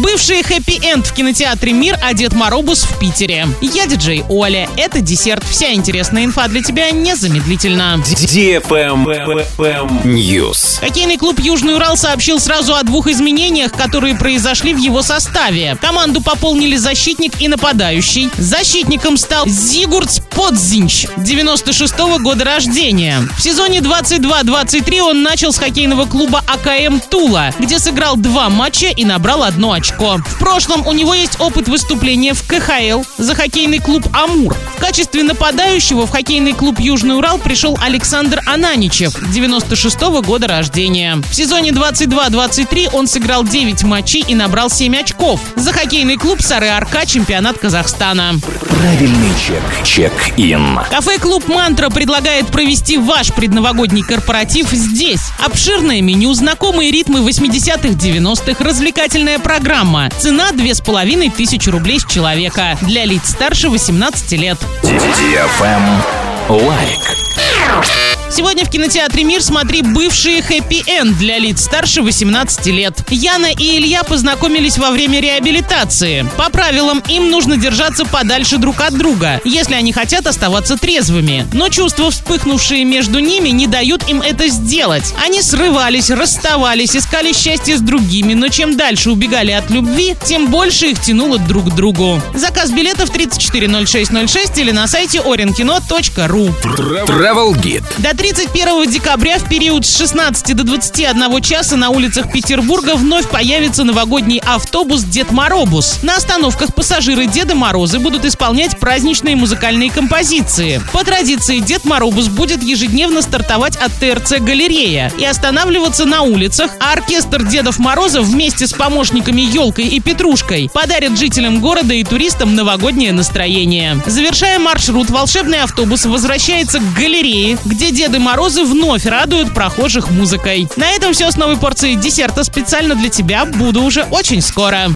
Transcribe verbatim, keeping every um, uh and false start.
Бывший хэппи-энд в кинотеатре «Мир», а Дед Моробус в Питере. Я диджей Оля. Это десерт. Вся интересная инфа для тебя незамедлительно. News. Хоккейный клуб «Южный Урал» сообщил сразу о двух изменениях, которые произошли в его составе. Команду пополнили защитник и нападающий. Защитником стал Зигурдс Подзинч, девяносто шестого года рождения. В сезоне двадцать два двадцать три он начал с хоккейного клуба «А К М Тула», где сыграл два матча и набрал одно очко. В прошлом у него есть опыт выступления в К Х Л за хоккейный клуб «Амур». В качестве нападающего в хоккейный клуб «Южный Урал» пришел Александр Ананичев, девяносто шестого года рождения. В сезоне двадцать два двадцать три он сыграл девять матчей и набрал семь очков. За хоккейный клуб «Сары-Арка», чемпионат Казахстана. Правильный чек. Чек-ин. Кафе-клуб «Мантра» предлагает провести ваш предновогодний корпоратив здесь. Обширное меню, знакомые ритмы восьмидесятых-девяностых, развлекательная программа. Цена две с половиной тысячи рублей с человека. Для лиц старше восемнадцати лет. Лайк. Сегодня в кинотеатре «Мир» смотри бывшие хэппи-энд для лиц старше восемнадцати лет. Яна и Илья познакомились во время реабилитации. По правилам, им нужно держаться подальше друг от друга, если они хотят оставаться трезвыми. Но чувства, вспыхнувшие между ними, не дают им это сделать. Они срывались, расставались, искали счастье с другими, но чем дальше убегали от любви, тем больше их тянуло друг к другу. Заказ билетов тридцать четыре ноль шесть ноль шесть или на сайте оренкино точка ру. Travel Guide. До тридцать первого декабря в период с шестнадцати до двадцати одного часа на улицах Петербурга вновь появится новогодний автобус «Дед Моробус». На остановках пассажиры Деда Морозы будут исполнять праздничные музыкальные композиции. По традиции Дед Моробус будет ежедневно стартовать от Т Р Ц «Галерея» и останавливаться на улицах, а оркестр Дедов Морозов вместе с помощниками Ёлкой и Петрушкой подарят жителям города и туристам новогоднее настроение. Завершая маршрут, волшебный автобус возвращается к галерее, где Деды Морозы вновь радуют прохожих музыкой. На этом все с новой порцией десерта специально для тебя. Буду уже очень скоро.